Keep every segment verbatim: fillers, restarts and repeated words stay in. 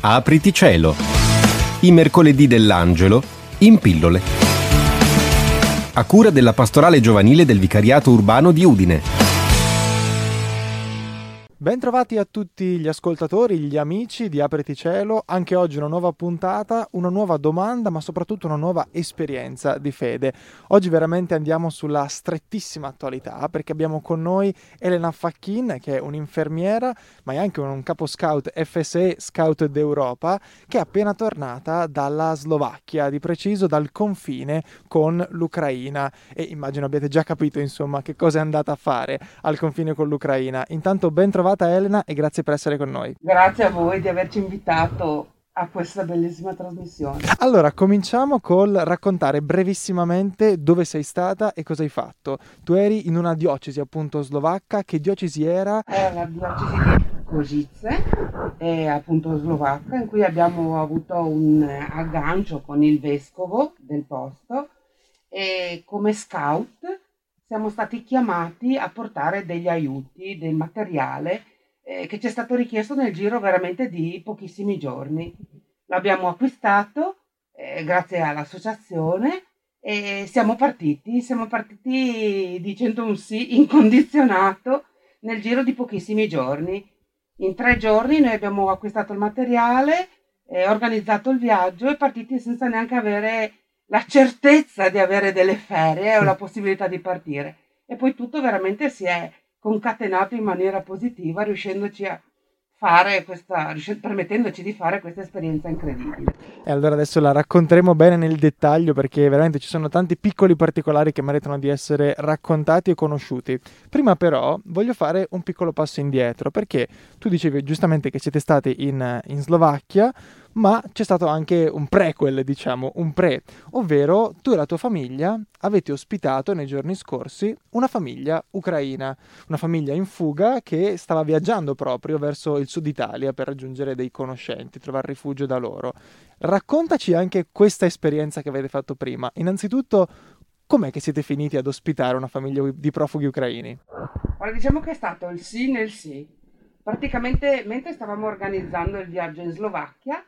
Apriti cielo. I mercoledì dell'Angelo in pillole. A cura della pastorale giovanile del Vicariato Urbano di Udine. Bentrovati a tutti gli ascoltatori, gli amici di Apriti Cielo. Anche oggi una nuova puntata, una nuova domanda, ma soprattutto una nuova esperienza di fede. Oggi veramente andiamo sulla strettissima attualità, perché abbiamo con noi Elena Facchin, che è un'infermiera, ma è anche un capo scout F S E Scout d'Europa, che è appena tornata dalla Slovacchia, di preciso dal confine con l'Ucraina. E immagino abbiate già capito, insomma, che cosa è andata a fare al confine con l'Ucraina. Intanto ben trovata Elena e grazie per essere con noi. Grazie a voi di averci invitato a questa bellissima trasmissione. Allora, cominciamo col raccontare brevissimamente dove sei stata e cosa hai fatto. Tu eri in una diocesi appunto slovacca, che diocesi era? Era la diocesi di Košice, è appunto slovacca, in cui abbiamo avuto un aggancio con il vescovo del posto e come scout siamo stati chiamati a portare degli aiuti, del materiale eh, che ci è stato richiesto nel giro veramente di pochissimi giorni. L'abbiamo acquistato eh, grazie all'associazione e siamo partiti, siamo partiti dicendo un sì incondizionato nel giro di pochissimi giorni. In tre giorni noi abbiamo acquistato il materiale, eh, organizzato il viaggio e partiti senza neanche avere la certezza di avere delle ferie o la possibilità di partire. E poi tutto veramente si è concatenato in maniera positiva, riuscendoci a fare questa, permettendoci di fare questa esperienza incredibile. E allora adesso la racconteremo bene nel dettaglio, perché veramente ci sono tanti piccoli particolari che meritano di essere raccontati e conosciuti. Prima però voglio fare un piccolo passo indietro, perché tu dicevi giustamente che siete stati in, in Slovacchia, ma c'è stato anche un prequel, diciamo, un pre, ovvero tu e la tua famiglia avete ospitato nei giorni scorsi una famiglia ucraina, una famiglia in fuga che stava viaggiando proprio verso il sud Italia per raggiungere dei conoscenti, trovare rifugio da loro. Raccontaci anche questa esperienza che avete fatto prima. Innanzitutto, com'è che siete finiti ad ospitare una famiglia di profughi ucraini? Allora, diciamo che è stato il sì nel sì. Praticamente, mentre stavamo organizzando il viaggio in Slovacchia,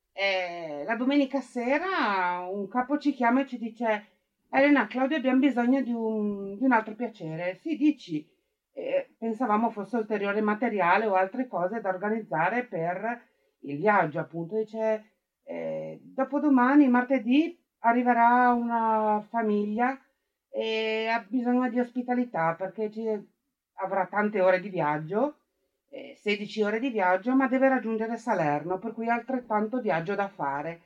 Eh, la domenica sera un capo ci chiama e ci dice: Elena, Claudio, abbiamo bisogno di un, di un altro piacere. Sì, dici. Eh, pensavamo fosse ulteriore materiale o altre cose da organizzare per il viaggio, appunto. Dice: eh, dopodomani, martedì, arriverà una famiglia e ha bisogno di ospitalità perché ci, avrà tante ore di viaggio, sedici ore di viaggio, ma deve raggiungere Salerno, per cui ha altrettanto viaggio da fare.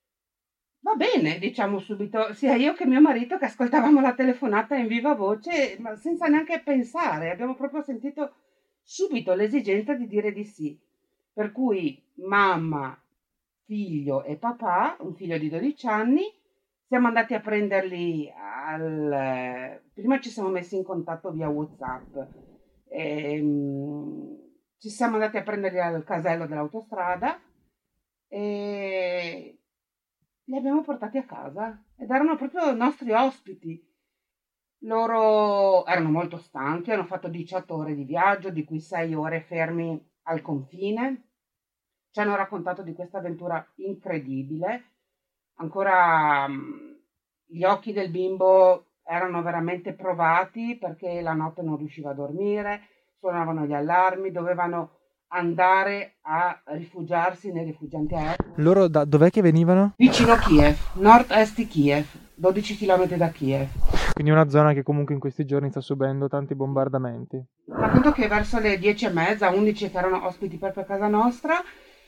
Va bene, diciamo subito, sia io che mio marito, che ascoltavamo la telefonata in viva voce, ma senza neanche pensare, abbiamo proprio sentito subito l'esigenza di dire di sì. Per cui mamma, figlio e papà, un figlio di dodici anni, siamo andati a prenderli al... Prima ci siamo messi in contatto via WhatsApp. Ehm... Ci siamo andati a prenderli al casello dell'autostrada e li abbiamo portati a casa ed erano proprio i nostri ospiti. Loro erano molto stanchi, hanno fatto diciotto ore di viaggio, di cui sei ore fermi al confine. Ci hanno raccontato di questa avventura incredibile. Ancora gli occhi del bimbo erano veramente provati perché la notte non riusciva a dormire. Suonavano gli allarmi, dovevano andare a rifugiarsi nei rifugianti aerei. Loro da dov'è che venivano? Vicino Kiev, nord-est di Kiev, dodici chilometri da Kiev. Quindi una zona che comunque in questi giorni sta subendo tanti bombardamenti. Racconto che verso le dieci e mezza, undici, che erano ospiti proprio a casa nostra,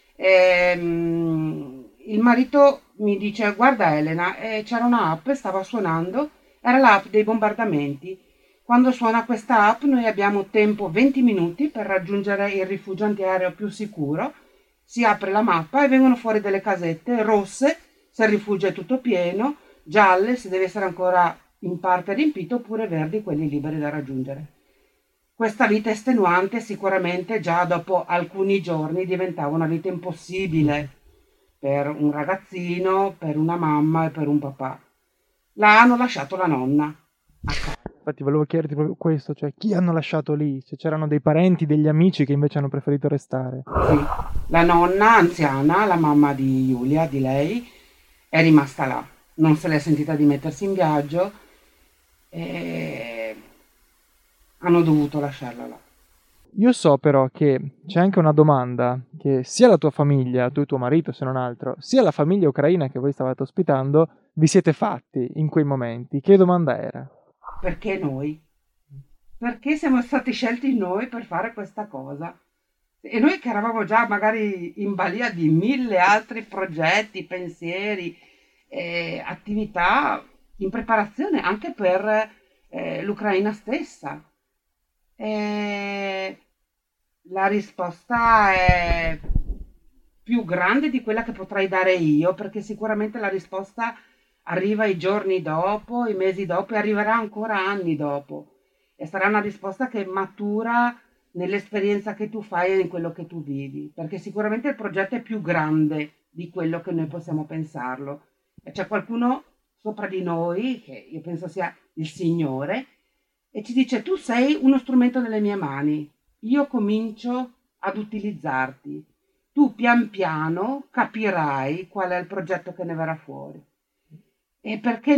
ehm, il marito mi dice: guarda Elena, eh, c'era un'app, stava suonando, era l'app dei bombardamenti. Quando suona questa app noi abbiamo tempo venti minuti per raggiungere il rifugio antiaereo più sicuro. Si apre la mappa e vengono fuori delle casette rosse se il rifugio è tutto pieno, gialle se deve essere ancora in parte riempito, oppure verdi, quelli liberi da raggiungere. Questa vita estenuante sicuramente già dopo alcuni giorni diventava una vita impossibile per un ragazzino, per una mamma e per un papà. La hanno lasciato la nonna a casa. Infatti volevo chiederti proprio questo, cioè chi hanno lasciato lì? Se c'erano dei parenti, degli amici che invece hanno preferito restare. Sì, la nonna anziana, la mamma di Giulia, di lei, è rimasta là. Non se l'è sentita di mettersi in viaggio e hanno dovuto lasciarla là. Io so però che c'è anche una domanda che sia la tua famiglia, tu e tuo marito se non altro, sia la famiglia ucraina che voi stavate ospitando, vi siete fatti in quei momenti. Che domanda era? Perché noi? Perché siamo stati scelti noi per fare questa cosa? E noi che eravamo già magari in balia di mille altri progetti, pensieri, eh, attività in preparazione anche per eh, l'Ucraina stessa. E la risposta è più grande di quella che potrei dare io, perché sicuramente la risposta arriva i giorni dopo, i mesi dopo e arriverà ancora anni dopo. E sarà una risposta che matura nell'esperienza che tu fai e in quello che tu vivi, perché sicuramente il progetto è più grande di quello che noi possiamo pensarlo. E c'è qualcuno sopra di noi, che io penso sia il Signore, e ci dice: tu sei uno strumento nelle mie mani, io comincio ad utilizzarti, tu pian piano capirai qual è il progetto che ne verrà fuori. E perché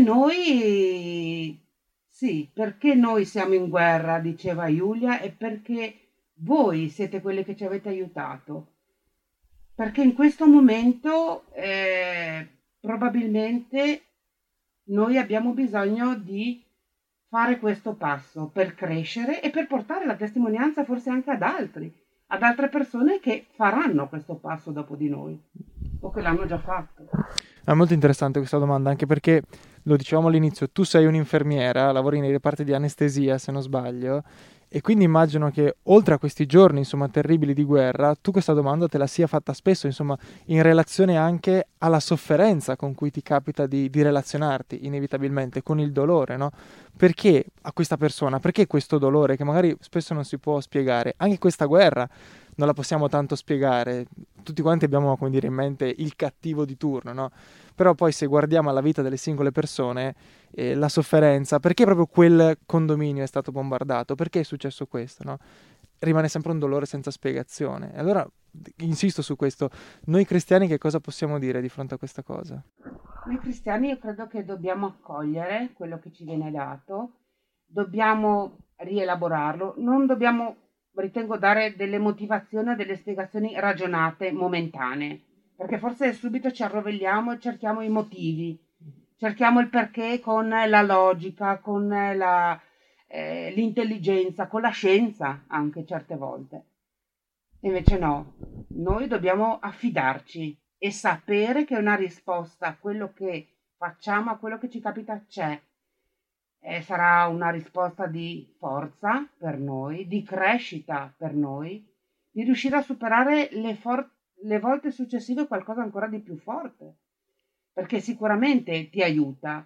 noi, sì, perché noi siamo in guerra, diceva Giulia, e perché voi siete quelli che ci avete aiutato. Perché in questo momento eh, probabilmente noi abbiamo bisogno di fare questo passo per crescere e per portare la testimonianza forse anche ad altri, ad altre persone che faranno questo passo dopo di noi o che l'hanno già fatto. È molto interessante questa domanda, anche perché, lo dicevamo all'inizio, tu sei un'infermiera, lavori nei reparti di anestesia, se non sbaglio, e quindi immagino che oltre a questi giorni, insomma, terribili di guerra, tu questa domanda te la sia fatta spesso, insomma, in relazione anche alla sofferenza con cui ti capita di, di relazionarti, inevitabilmente, con il dolore, no? Perché a questa persona, perché questo dolore che magari spesso non si può spiegare? Anche questa guerra non la possiamo tanto spiegare, tutti quanti abbiamo, come dire, in mente il cattivo di turno, no? Però poi se guardiamo alla vita delle singole persone, eh, la sofferenza, perché proprio quel condominio è stato bombardato? Perché è successo questo, no? Rimane sempre un dolore senza spiegazione. E allora, insisto su questo, noi cristiani che cosa possiamo dire di fronte a questa cosa? Noi cristiani io credo che dobbiamo accogliere quello che ci viene dato, dobbiamo rielaborarlo, non dobbiamo, ritengo, dare delle motivazioni o delle spiegazioni ragionate, momentanee, perché forse subito ci arrovelliamo e cerchiamo i motivi, cerchiamo il perché con la logica, con la, eh, l'intelligenza, con la scienza anche certe volte. Invece no, noi dobbiamo affidarci e sapere che una risposta a quello che facciamo, a quello che ci capita c'è. E sarà una risposta di forza per noi, di crescita per noi, di riuscire a superare le, for- le volte successive qualcosa ancora di più forte, perché sicuramente ti aiuta.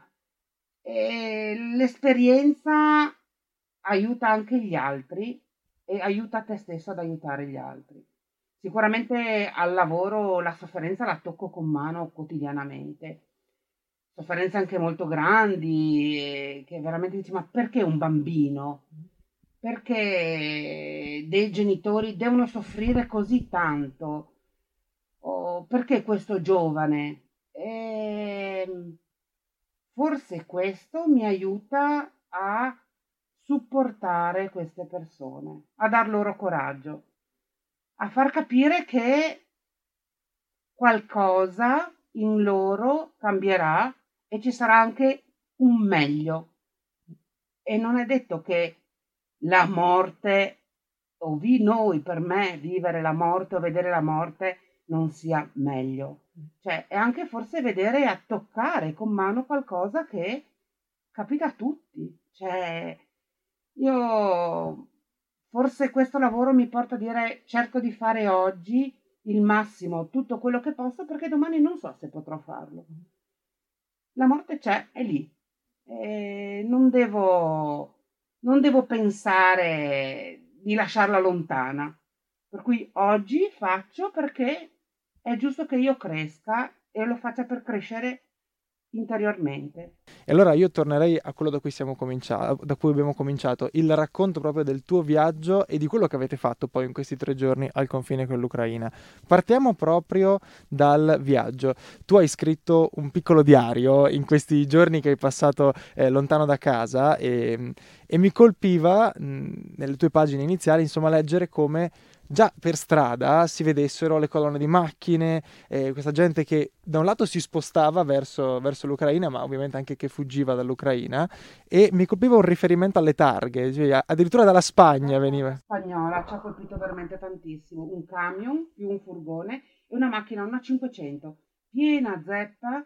E l'esperienza aiuta anche gli altri e aiuta te stesso ad aiutare gli altri. Sicuramente al lavoro la sofferenza la tocco con mano quotidianamente, sofferenze anche molto grandi, eh, che veramente dici: ma perché un bambino? Perché dei genitori devono soffrire così tanto? O perché questo giovane? E forse questo mi aiuta a supportare queste persone, a dar loro coraggio, a far capire che qualcosa in loro cambierà e ci sarà anche un meglio. E non è detto che la morte, o vi noi, per me, vivere la morte o vedere la morte non sia meglio. Cioè, è anche forse vedere e a toccare con mano qualcosa che capita a tutti. Cioè, io forse questo lavoro mi porta a dire: cerco di fare oggi il massimo, tutto quello che posso, perché domani non so se potrò farlo. La morte c'è, è lì. E non devo, non devo pensare di lasciarla lontana. Per cui oggi faccio perché è giusto che io cresca e lo faccia per crescere interiormente. E allora io tornerei a quello da cui siamo cominciato, da cui abbiamo cominciato, il racconto proprio del tuo viaggio e di quello che avete fatto poi in questi tre giorni al confine con l'Ucraina. Partiamo proprio dal viaggio. Tu hai scritto un piccolo diario in questi giorni che hai passato eh, lontano da casa e, e mi colpiva mh, nelle tue pagine iniziali, insomma, leggere come già per strada si vedessero le colonne di macchine, eh, questa gente che da un lato si spostava verso, verso l'Ucraina, ma ovviamente anche che fuggiva dall'Ucraina, e mi colpiva un riferimento alle targhe, cioè addirittura dalla Spagna veniva. Spagnola ci ha colpito veramente tantissimo. Un camion più un furgone e una macchina, una cinquecento, piena zeppa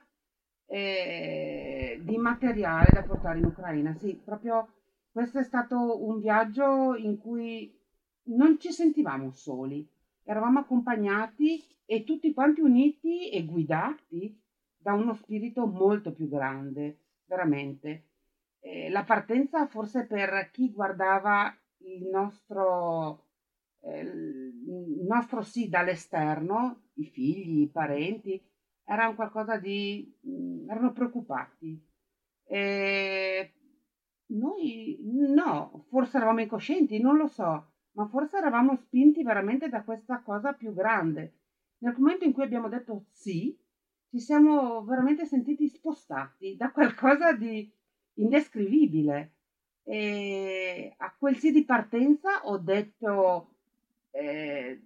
eh, di materiale da portare in Ucraina. Sì, proprio questo è stato un viaggio in cui non ci sentivamo soli, eravamo accompagnati e tutti quanti uniti e guidati da uno spirito molto più grande, veramente. Eh, la partenza forse per chi guardava il nostro, eh, il nostro sì dall'esterno, i figli, i parenti, era un qualcosa di... mh, erano preoccupati. E noi no, forse eravamo incoscienti, non lo so, ma forse eravamo spinti veramente da questa cosa più grande. Nel momento in cui abbiamo detto sì, ci siamo veramente sentiti spostati da qualcosa di indescrivibile. E a quel sì di partenza ho detto eh,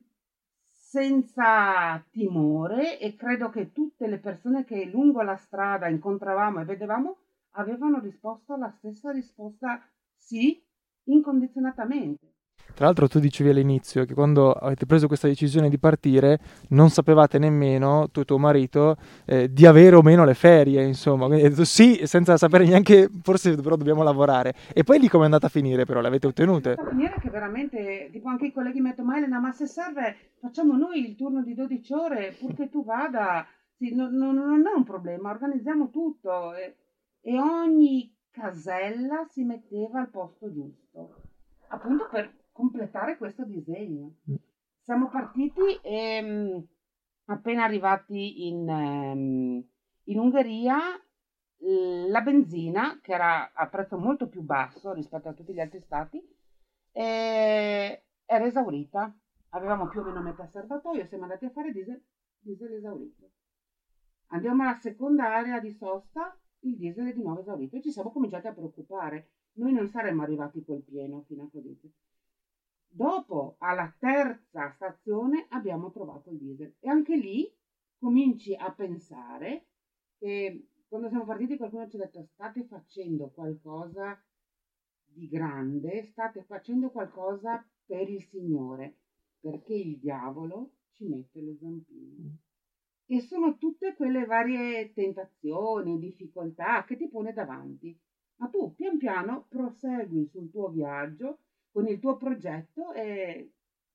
senza timore, e credo che tutte le persone che lungo la strada incontravamo e vedevamo avevano risposto la stessa risposta sì, incondizionatamente. Tra l'altro tu dicevi all'inizio che quando avete preso questa decisione di partire non sapevate nemmeno, tu e tuo marito, eh, di avere o meno le ferie, insomma. Quindi hai detto sì, senza sapere neanche, forse però dobbiamo lavorare. E poi lì come è andata a finire però? Le avete ottenute? È andata a finire che veramente, tipo anche i colleghi mi hanno detto, ma Elena, ma se serve facciamo noi il turno di dodici ore, purché tu vada, sì, no- no- non è un problema, organizziamo tutto. E, e ogni casella si metteva al posto giusto, appunto per completare questo disegno. Siamo partiti e mh, appena arrivati in, ehm, in Ungheria, l- la benzina, che era a prezzo molto più basso rispetto a tutti gli altri stati, eh, era esaurita. Avevamo più o meno metà serbatoio, siamo andati a fare diesel, diesel esaurito. Andiamo alla seconda area di sosta, il diesel è di nuovo esaurito e ci siamo cominciati a preoccupare. Noi non saremmo arrivati col pieno fino a Codice. Dopo, alla terza stazione, abbiamo trovato il diesel. E anche lì cominci a pensare che quando siamo partiti qualcuno ci ha detto state facendo qualcosa di grande, state facendo qualcosa per il Signore, perché il diavolo ci mette lo zampino. E sono tutte quelle varie tentazioni, difficoltà che ti pone davanti. Ma tu pian piano prosegui sul tuo viaggio con il tuo progetto e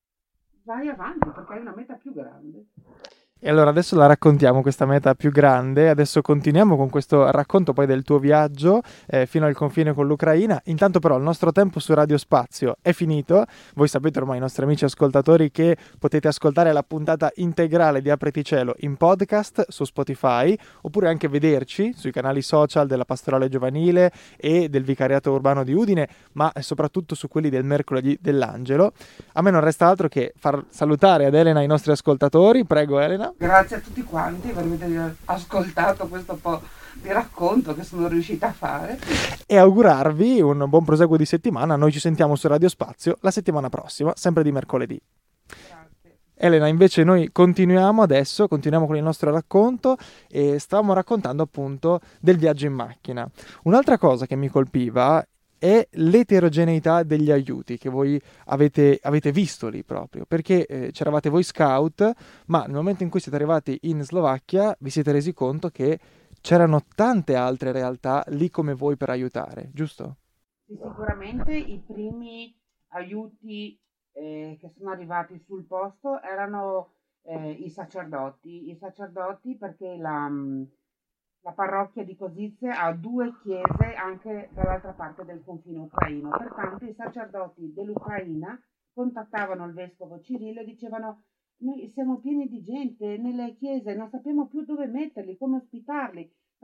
vai avanti perché hai una meta più grande. E allora adesso la raccontiamo questa meta più grande, adesso continuiamo con questo racconto poi del tuo viaggio eh, fino al confine con l'Ucraina. Intanto però il nostro tempo su Radio Spazio è finito, voi sapete ormai i nostri amici ascoltatori che potete ascoltare la puntata integrale di Apriti Cielo in podcast su Spotify oppure anche vederci sui canali social della Pastorale Giovanile e del Vicariato Urbano di Udine, ma soprattutto su quelli del Mercoledì dell'Angelo. A me non resta altro che far salutare ad Elena i nostri ascoltatori, prego Elena. Grazie a tutti quanti per aver ascoltato questo po' di racconto che sono riuscita a fare. E augurarvi un buon proseguo di settimana. Noi ci sentiamo su Radio Spazio la settimana prossima, sempre di mercoledì. Grazie. Elena, invece noi continuiamo adesso, continuiamo con il nostro racconto e stavamo raccontando appunto del viaggio in macchina. Un'altra cosa che mi colpiva è l'eterogeneità degli aiuti che voi avete, avete visto lì proprio, perché eh, c'eravate voi scout, ma nel momento in cui siete arrivati in Slovacchia vi siete resi conto che c'erano tante altre realtà lì come voi per aiutare, giusto? Sì, sicuramente i primi aiuti eh, che sono arrivati sul posto erano eh, i sacerdoti, i sacerdoti perché la, mh, la parrocchia di Kozice ha due chiese anche dall'altra parte del confine ucraino, pertanto i sacerdoti dell'Ucraina contattavano il vescovo Cirillo e dicevano noi siamo pieni di gente nelle chiese, non sappiamo più dove metterli, come ospitarli,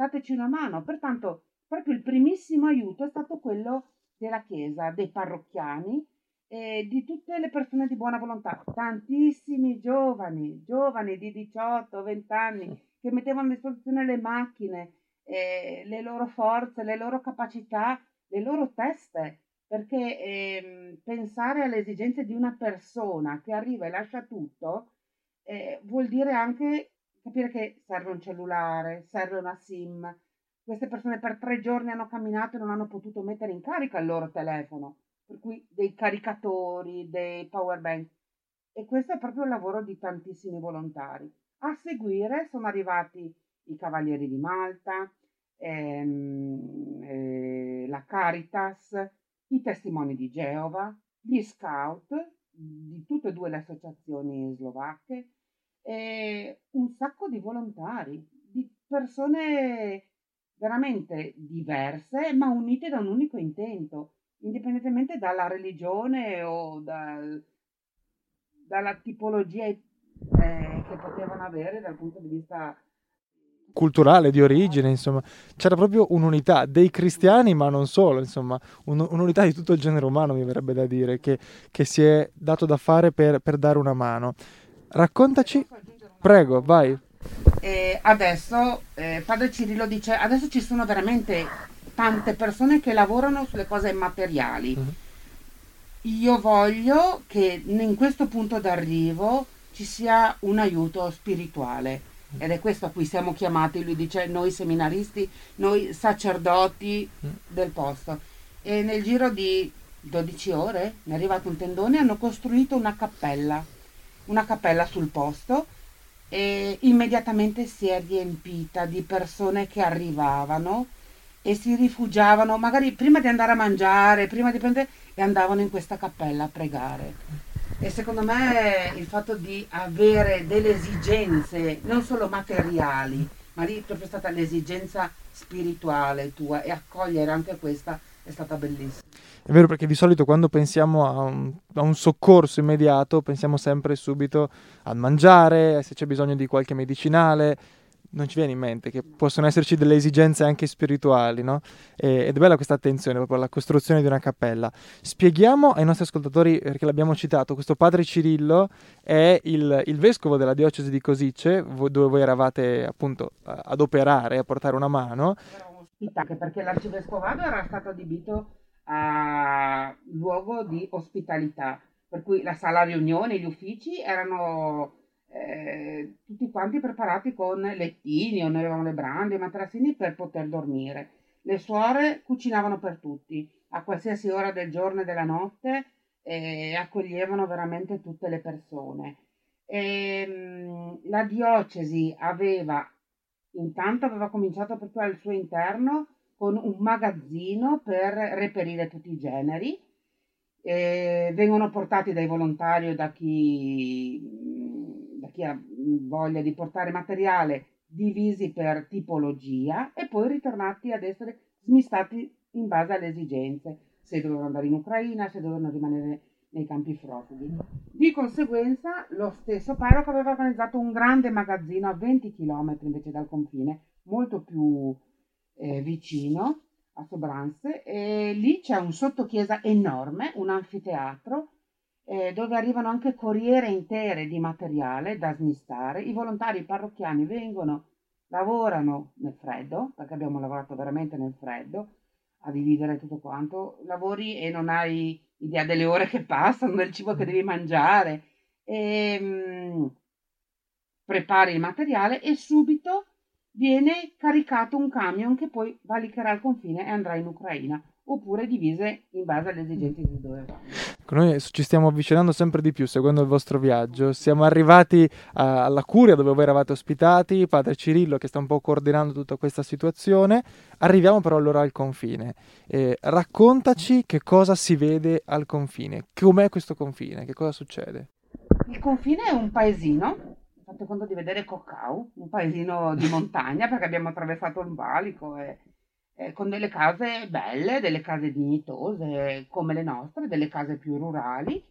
dateci una mano. Pertanto proprio il primissimo aiuto è stato quello della Chiesa, dei parrocchiani e di tutte le persone di buona volontà, tantissimi giovani, giovani di diciotto venti anni che mettevano a disposizione le macchine, eh, le loro forze, le loro capacità, le loro teste, perché ehm, pensare alle esigenze di una persona che arriva e lascia tutto eh, vuol dire anche capire che serve un cellulare, serve una SIM. Queste persone per tre giorni hanno camminato e non hanno potuto mettere in carica il loro telefono, per cui dei caricatori, dei power bank. E questo è proprio il lavoro di tantissimi volontari. A seguire sono arrivati i Cavalieri di Malta, ehm, eh, la Caritas, i Testimoni di Geova, gli Scout di tutte e due le associazioni slovacche, e un sacco di volontari, di persone veramente diverse ma unite da un unico intento, indipendentemente dalla religione o dal, dalla tipologia eh, che potevano avere dal punto di vista culturale, di origine, insomma, c'era proprio un'unità dei cristiani, ma non solo, insomma, un- un'unità di tutto il genere umano, mi verrebbe da dire, che, che si è dato da fare per, per dare una mano. Raccontaci, prego, vai. E adesso eh, padre Cirillo dice, adesso ci sono veramente tante persone che lavorano sulle cose immateriali. Mhm. Io voglio che in questo punto d'arrivo ci sia un aiuto spirituale ed è questo a cui siamo chiamati, lui dice, noi seminaristi, noi sacerdoti del posto. E nel giro di dodici ore mi è arrivato un tendone e hanno costruito una cappella, una cappella sul posto e immediatamente si è riempita di persone che arrivavano e si rifugiavano, magari prima di andare a mangiare, prima di prendere, e andavano in questa cappella a pregare. E secondo me il fatto di avere delle esigenze, non solo materiali, ma lì è proprio stata l'esigenza spirituale tua e accogliere anche questa è stata bellissima. È vero, perché di solito quando pensiamo a un, a un soccorso immediato pensiamo sempre subito a mangiare, se c'è bisogno di qualche medicinale, non ci viene in mente che possono esserci delle esigenze anche spirituali, no? E- ed è bella questa attenzione proprio alla costruzione di una cappella. Spieghiamo ai nostri ascoltatori, perché l'abbiamo citato, questo padre Cirillo è il, il vescovo della diocesi di Košice, vo- dove voi eravate appunto a- ad operare, a portare una mano. Era un ospita, anche perché l'arcivescovado era stato adibito a luogo di ospitalità, per cui la sala riunioni, gli uffici erano eh, tutti quanti preparati con lettini, o noi avevamo le brande, i materassini per poter dormire. Le suore cucinavano per tutti, a qualsiasi ora del giorno e della notte, e accoglievano veramente tutte le persone. E, mh, la diocesi aveva, intanto aveva cominciato proprio al suo interno con un magazzino per reperire tutti i generi. E vengono portati dai volontari o da chi, da chi ha voglia di portare materiale divisi per tipologia e poi ritornati ad essere smistati in base alle esigenze, se dovevano andare in Ucraina, se dovevano rimanere nei campi profughi. Di conseguenza lo stesso parroco aveva organizzato un grande magazzino a venti chilometri invece dal confine, molto più eh, vicino a Sobranze, e lì c'è un sottochiesa enorme, un anfiteatro, eh, dove arrivano anche corriere intere di materiale da smistare. I volontari parrocchiani vengono, lavorano nel freddo, perché abbiamo lavorato veramente nel freddo, a dividere tutto quanto, lavori e non hai idea delle ore che passano, del cibo che devi mangiare, e, mm, prepari il materiale e subito viene caricato un camion che poi valicherà il confine e andrà in Ucraina, oppure divise in base alle esigenze di dove vanno. Ecco, noi ci stiamo avvicinando sempre di più seguendo il vostro viaggio. Siamo arrivati a- alla Curia dove voi eravate ospitati, padre Cirillo che sta un po' coordinando tutta questa situazione. Arriviamo però allora al confine. Eh, raccontaci che cosa si vede al confine, com'è questo confine, che cosa succede? Il confine è un paesino, fate conto di vedere Coccau, un paesino di montagna perché abbiamo attraversato il valico e, e con delle case belle, delle case dignitose come le nostre, delle case più rurali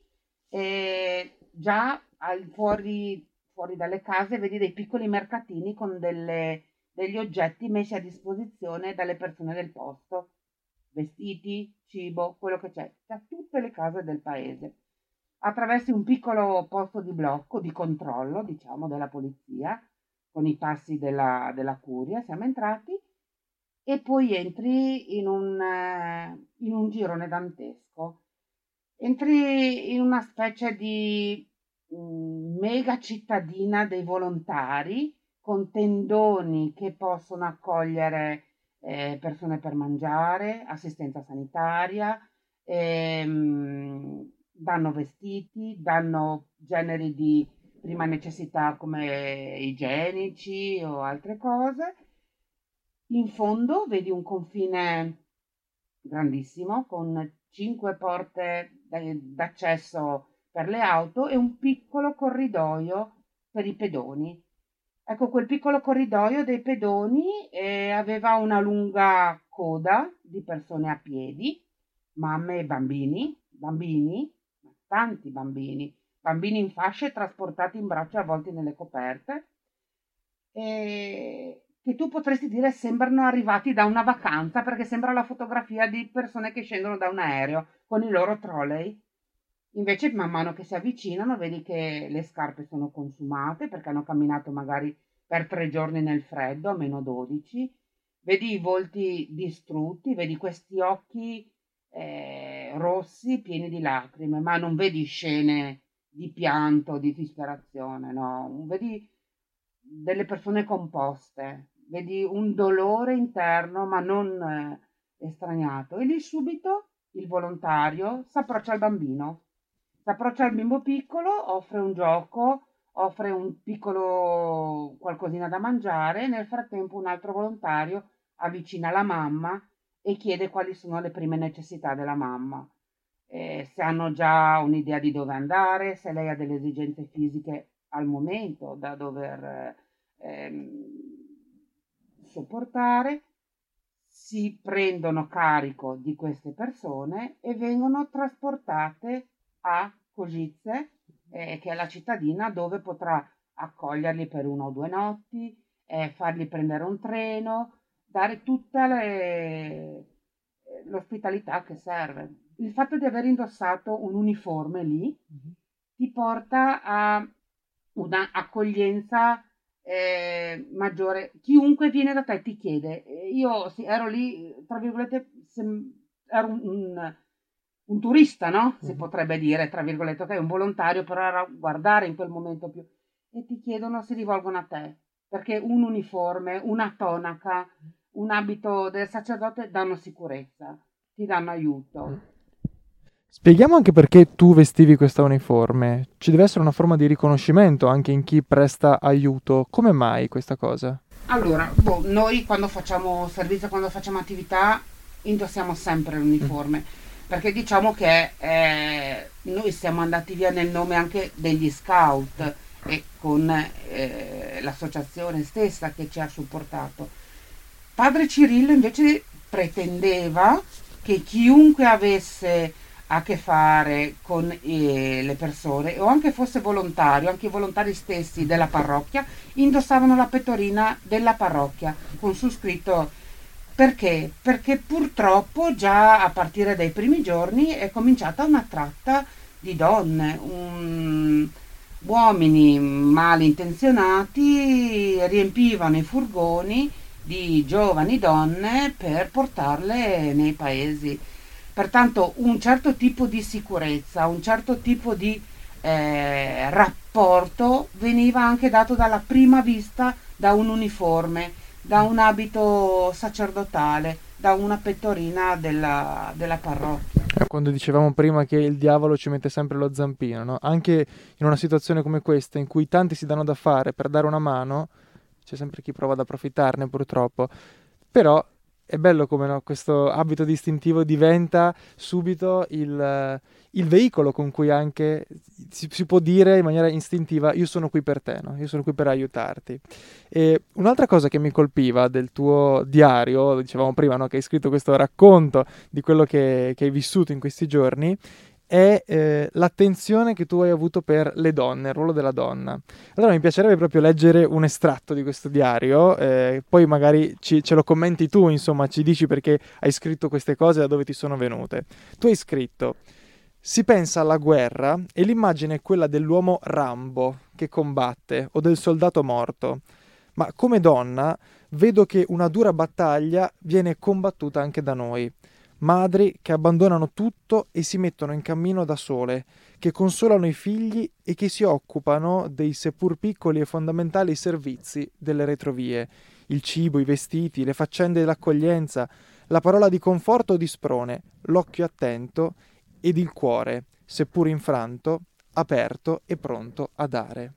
e già al fuori, fuori dalle case vedi dei piccoli mercatini con delle degli oggetti messi a disposizione dalle persone del posto, vestiti, cibo, quello che c'è, da tutte le case del paese. Attraverso un piccolo posto di blocco, di controllo, diciamo, della polizia, con i passi della, della curia, siamo entrati, e poi entri in un, eh, in un girone dantesco. Entri in una specie di mh, mega cittadina dei volontari, con tendoni che possono accogliere eh, persone per mangiare, assistenza sanitaria, ehm, danno vestiti, danno generi di prima necessità come igienici o altre cose. In fondo vedi un confine grandissimo con cinque porte d'accesso per le auto e un piccolo corridoio per i pedoni. Ecco, quel piccolo corridoio dei pedoni eh, aveva una lunga coda di persone a piedi, mamme e bambini, bambini, tanti bambini, bambini in fasce trasportati in braccio avvolti nelle coperte, e che tu potresti dire sembrano arrivati da una vacanza, perché sembra la fotografia di persone che scendono da un aereo con i loro trolley. Invece man mano che si avvicinano vedi che le scarpe sono consumate perché hanno camminato magari per tre giorni nel freddo a meno dodici, vedi i volti distrutti, vedi questi occhi eh, rossi pieni di lacrime, ma non vedi scene di pianto, di disperazione, no, vedi delle persone composte, vedi un dolore interno ma non eh, estraniato, e lì subito il volontario si approccia al bambino. Si approccia al bimbo piccolo, offre un gioco, offre un piccolo qualcosina da mangiare. Nel frattempo un altro volontario avvicina la mamma e chiede quali sono le prime necessità della mamma, eh, se hanno già un'idea di dove andare, se lei ha delle esigenze fisiche al momento da dover ehm, sopportare. Si prendono carico di queste persone e vengono trasportate a Košice, eh, che è la cittadina dove potrà accoglierli per una o due notti, eh, fargli prendere un treno, dare tutta le... l'ospitalità che serve. Il fatto di aver indossato un uniforme lì mm-hmm. ti porta a una accoglienza eh, maggiore. Chiunque viene da te ti chiede. Io sì, ero lì, tra virgolette, sem- ero un, un un turista, no? Si potrebbe dire, tra virgolette, ok, un volontario, però era guardare in quel momento più. E ti chiedono, si rivolgono a te, perché un uniforme, una tonaca, un abito del sacerdote danno sicurezza, ti danno aiuto. Spieghiamo anche perché tu vestivi questa uniforme. Ci deve essere una forma di riconoscimento anche in chi presta aiuto. Come mai questa cosa? Allora, boh, noi quando facciamo servizio, quando facciamo attività, indossiamo sempre l'uniforme. Mm. Perché diciamo che eh, noi siamo andati via nel nome anche degli scout e con eh, l'associazione stessa che ci ha supportato. Padre Cirillo invece pretendeva che chiunque avesse a che fare con eh, le persone, o anche fosse volontario, anche i volontari stessi della parrocchia, indossavano la pettorina della parrocchia con su scritto. Perché? Perché purtroppo già a partire dai primi giorni è cominciata una tratta di donne, un... uomini malintenzionati riempivano i furgoni di giovani donne per portarle nei paesi. Pertanto un certo tipo di sicurezza, un certo tipo di eh, rapporto veniva anche dato dalla prima vista da un uniforme, da un abito sacerdotale, da una pettorina della, della parrocchia. Quando dicevamo prima che il diavolo ci mette sempre lo zampino, no? Anche in una situazione come questa, in cui tanti si danno da fare per dare una mano, c'è sempre chi prova ad approfittarne purtroppo, però è bello come no, questo abito distintivo diventa subito il, il veicolo con cui anche si, si può dire in maniera istintiva io sono qui per te, no? Io sono qui per aiutarti. E un'altra cosa che mi colpiva del tuo diario, dicevamo prima, no, che hai scritto questo racconto di quello che, che hai vissuto in questi giorni, è eh, l'attenzione che tu hai avuto per le donne, il ruolo della donna. Allora mi piacerebbe proprio leggere un estratto di questo diario, eh, poi magari ci- ce lo commenti tu, insomma, ci dici perché hai scritto queste cose, da dove ti sono venute. Tu hai scritto: si pensa alla guerra e l'immagine è quella dell'uomo Rambo che combatte o del soldato morto, ma come donna vedo che una dura battaglia viene combattuta anche da noi. Madri che abbandonano tutto e si mettono in cammino da sole, che consolano i figli e che si occupano dei seppur piccoli e fondamentali servizi delle retrovie: il cibo, i vestiti, le faccende dell'accoglienza, la parola di conforto o di sprone, l'occhio attento ed il cuore, seppur infranto, aperto e pronto a dare.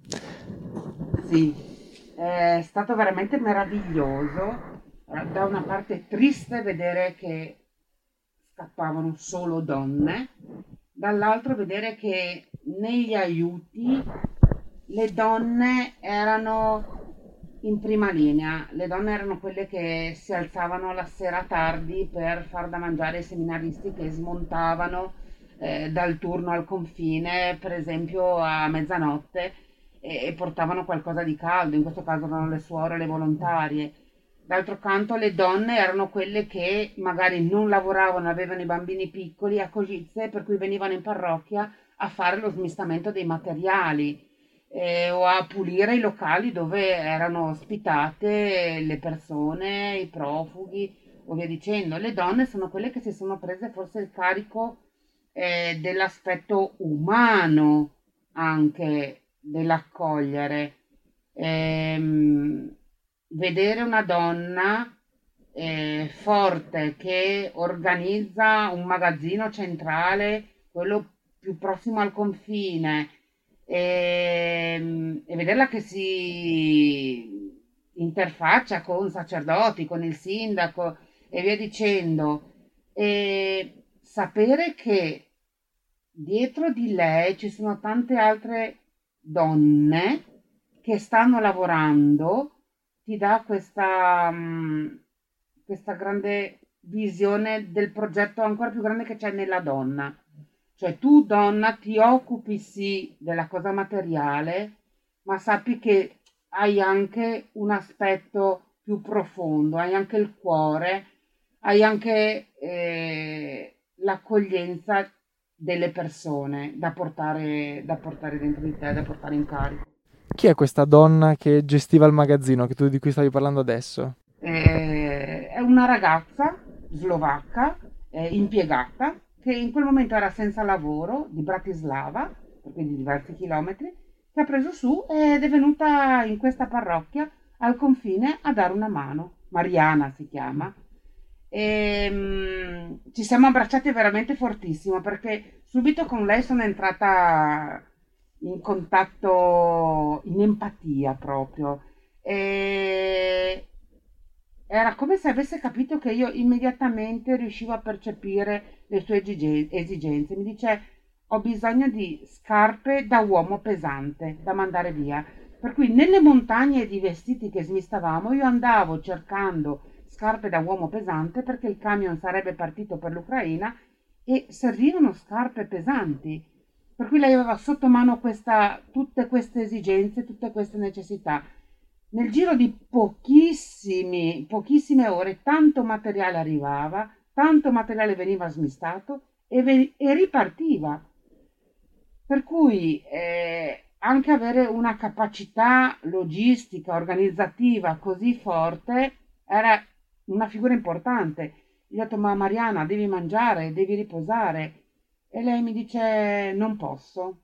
Sì, è stato veramente meraviglioso. Da una parte triste vedere che scappavano solo donne, dall'altro vedere che negli aiuti le donne erano in prima linea. Le donne erano quelle che si alzavano la sera tardi per far da mangiare ai seminaristi che smontavano eh, dal turno al confine, per esempio a mezzanotte, e, e portavano qualcosa di caldo. In questo caso erano le suore, le volontarie. D'altro canto le donne erano quelle che magari non lavoravano, avevano i bambini piccoli a Cogizze, per cui venivano in parrocchia a fare lo smistamento dei materiali eh, o a pulire i locali dove erano ospitate le persone, i profughi o via dicendo. Le donne sono quelle che si sono prese forse il carico eh, dell'aspetto umano anche dell'accogliere. Ehm, vedere una donna eh, forte che organizza un magazzino centrale, quello più prossimo al confine, e, e vederla che si interfaccia con sacerdoti, con il sindaco e via dicendo, e sapere che dietro di lei ci sono tante altre donne che stanno lavorando ti dà questa, mh, questa grande visione del progetto ancora più grande che c'è nella donna. Cioè tu donna ti occupi sì della cosa materiale, ma sappi che hai anche un aspetto più profondo, hai anche il cuore, hai anche eh, l'accoglienza delle persone da portare, da portare dentro di te, da portare in carico. Chi è questa donna che gestiva il magazzino che tu, di cui stavi parlando adesso? Eh, è una ragazza slovacca, eh, impiegata, che in quel momento era senza lavoro, di Bratislava, quindi diversi chilometri, che ha preso su ed è venuta in questa parrocchia al confine a dare una mano. Mariana si chiama. E, mm, ci siamo abbracciati veramente fortissimo perché subito con lei sono entrata in contatto, in empatia proprio. E era come se avesse capito che io immediatamente riuscivo a percepire le sue esige- esigenze. Mi dice: ho bisogno di scarpe da uomo pesante da mandare via. Per cui nelle montagne di vestiti che smistavamo io andavo cercando scarpe da uomo pesante perché il camion sarebbe partito per l'Ucraina e servivano scarpe pesanti. Per cui lei aveva sotto mano questa, tutte queste esigenze, tutte queste necessità. Nel giro di pochissimi, pochissime ore tanto materiale arrivava, tanto materiale veniva smistato e, ve- e ripartiva. Per cui eh, anche avere una capacità logistica, organizzativa così forte era una figura importante. Gli ho detto: ma Mariana, devi mangiare, devi riposare. E lei mi dice: non posso.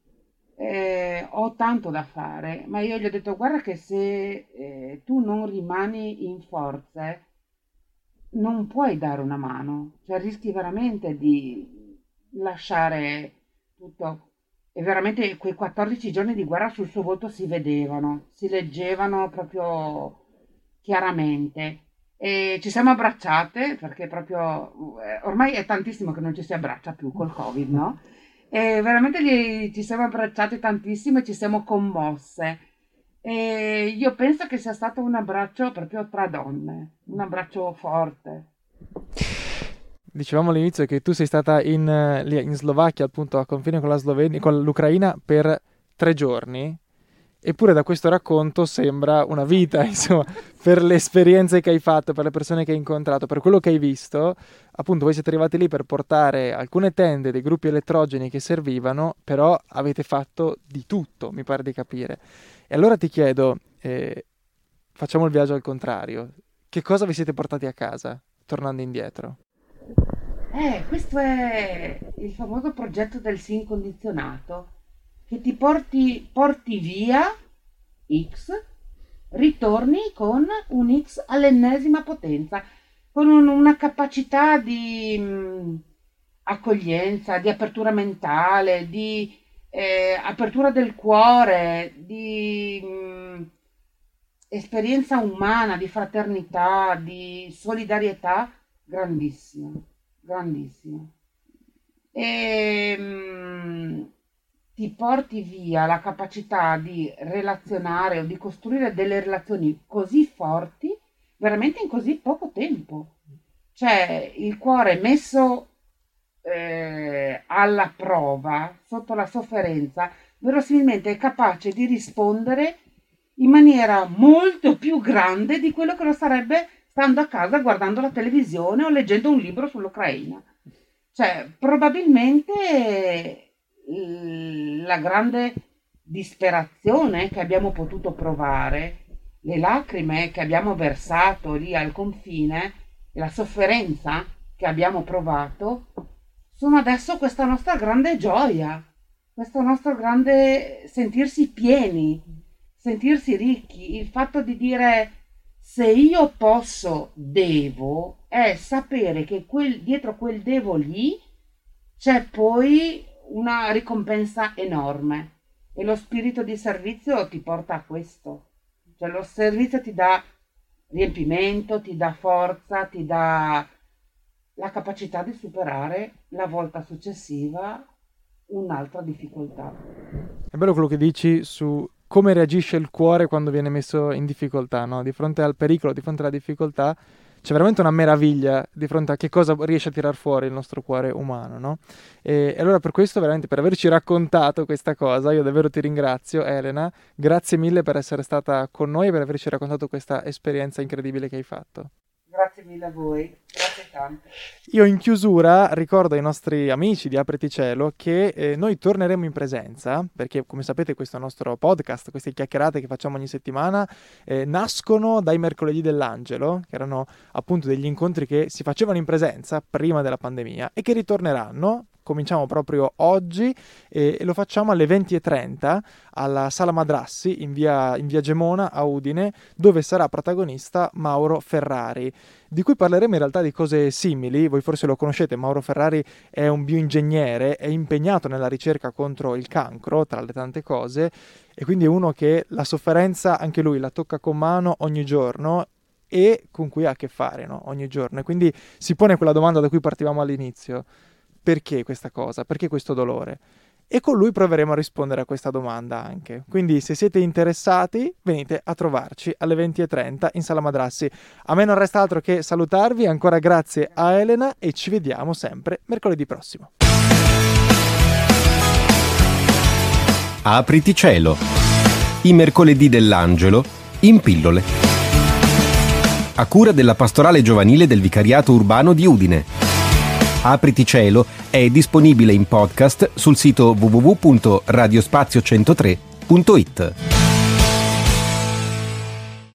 Eh, ho tanto da fare, ma io gli ho detto: guarda che se eh, tu non rimani in forze, non puoi dare una mano, cioè rischi veramente di lasciare tutto. E veramente quei quattordici giorni di guerra sul suo volto si vedevano, si leggevano proprio chiaramente. E ci siamo abbracciate perché proprio eh, ormai è tantissimo che non ci si abbraccia più col Covid, no? E veramente gli- ci siamo abbracciate tantissimo e ci siamo commosse. E io penso che sia stato un abbraccio proprio tra donne, un abbraccio forte. dicevamo all'inizio che tu sei stata in, lì in Slovacchia, appunto a confine con la Slovenia, con l'Ucraina per tre giorni, eppure da questo racconto sembra una vita, insomma, per le esperienze che hai fatto, per le persone che hai incontrato, per quello che hai visto. Appunto voi siete arrivati lì per portare alcune tende, dei gruppi elettrogeni che servivano, però avete fatto di tutto, mi pare di capire. E allora ti chiedo, eh, facciamo il viaggio al contrario, che cosa vi siete portati a casa, tornando indietro? Eh, questo è il famoso progetto del sì incondizionato, che ti porti, porti via X, ritorni con un X all'ennesima potenza, con un, una capacità di mh, accoglienza, di apertura mentale, di eh, apertura del cuore, di mh, esperienza umana, di fraternità, di solidarietà grandissima, grandissima. E, mh, ti porti via la capacità di relazionare o di costruire delle relazioni così forti veramente in così poco tempo. Cioè il cuore messo eh, alla prova, sotto la sofferenza, verosimilmente è capace di rispondere in maniera molto più grande di quello che lo sarebbe stando a casa guardando la televisione o leggendo un libro sull'Ucraina. Cioè probabilmente la grande disperazione che abbiamo potuto provare, le lacrime che abbiamo versato lì al confine, la sofferenza che abbiamo provato, sono adesso questa nostra grande gioia, questo nostro grande sentirsi pieni, sentirsi ricchi, il fatto di dire se io posso, devo, è sapere che quel, dietro quel devo lì c'è poi una ricompensa enorme e lo spirito di servizio ti porta a questo. Cioè lo servizio ti dà riempimento, ti dà forza, ti dà la capacità di superare la volta successiva un'altra difficoltà. È bello quello che dici su come reagisce il cuore quando viene messo in difficoltà, no? Di fronte al pericolo, di fronte alla difficoltà, c'è veramente una meraviglia di fronte a che cosa riesce a tirar fuori il nostro cuore umano, no? E, e allora per questo, veramente, per averci raccontato questa cosa, io davvero ti ringrazio, Elena. Grazie mille per essere stata con noi e per averci raccontato questa esperienza incredibile che hai fatto. Grazie mille a voi, grazie tanto. Io in chiusura ricordo ai nostri amici di Apriti Cielo che eh, noi torneremo in presenza, perché come sapete questo nostro podcast, queste chiacchierate che facciamo ogni settimana eh, nascono dai mercoledì dell'Angelo, che erano appunto degli incontri che si facevano in presenza prima della pandemia e che ritorneranno. Cominciamo proprio oggi e lo facciamo alle venti e trenta alla Sala Madrassi in via, in via Gemona a Udine, dove sarà protagonista Mauro Ferrari, di cui parleremo in realtà di cose simili. Voi forse lo conoscete, Mauro Ferrari è un bioingegnere, è impegnato nella ricerca contro il cancro, tra le tante cose, e quindi è uno che la sofferenza anche lui la tocca con mano ogni giorno e con cui ha a che fare, no? Ogni giorno. E quindi si pone quella domanda da cui partivamo all'inizio: perché questa cosa? Perché questo dolore? E con lui proveremo a rispondere a questa domanda anche. Quindi se siete interessati venite a trovarci alle venti e trenta in Sala Madrassi. A me non resta altro che salutarvi, ancora grazie a Elena e ci vediamo sempre mercoledì prossimo. Apriti Cielo, i mercoledì dell'Angelo in pillole. A cura della Pastorale Giovanile del Vicariato Urbano di Udine. Apriti Cielo è disponibile in podcast sul sito w w w punto radiospazio centotre punto it.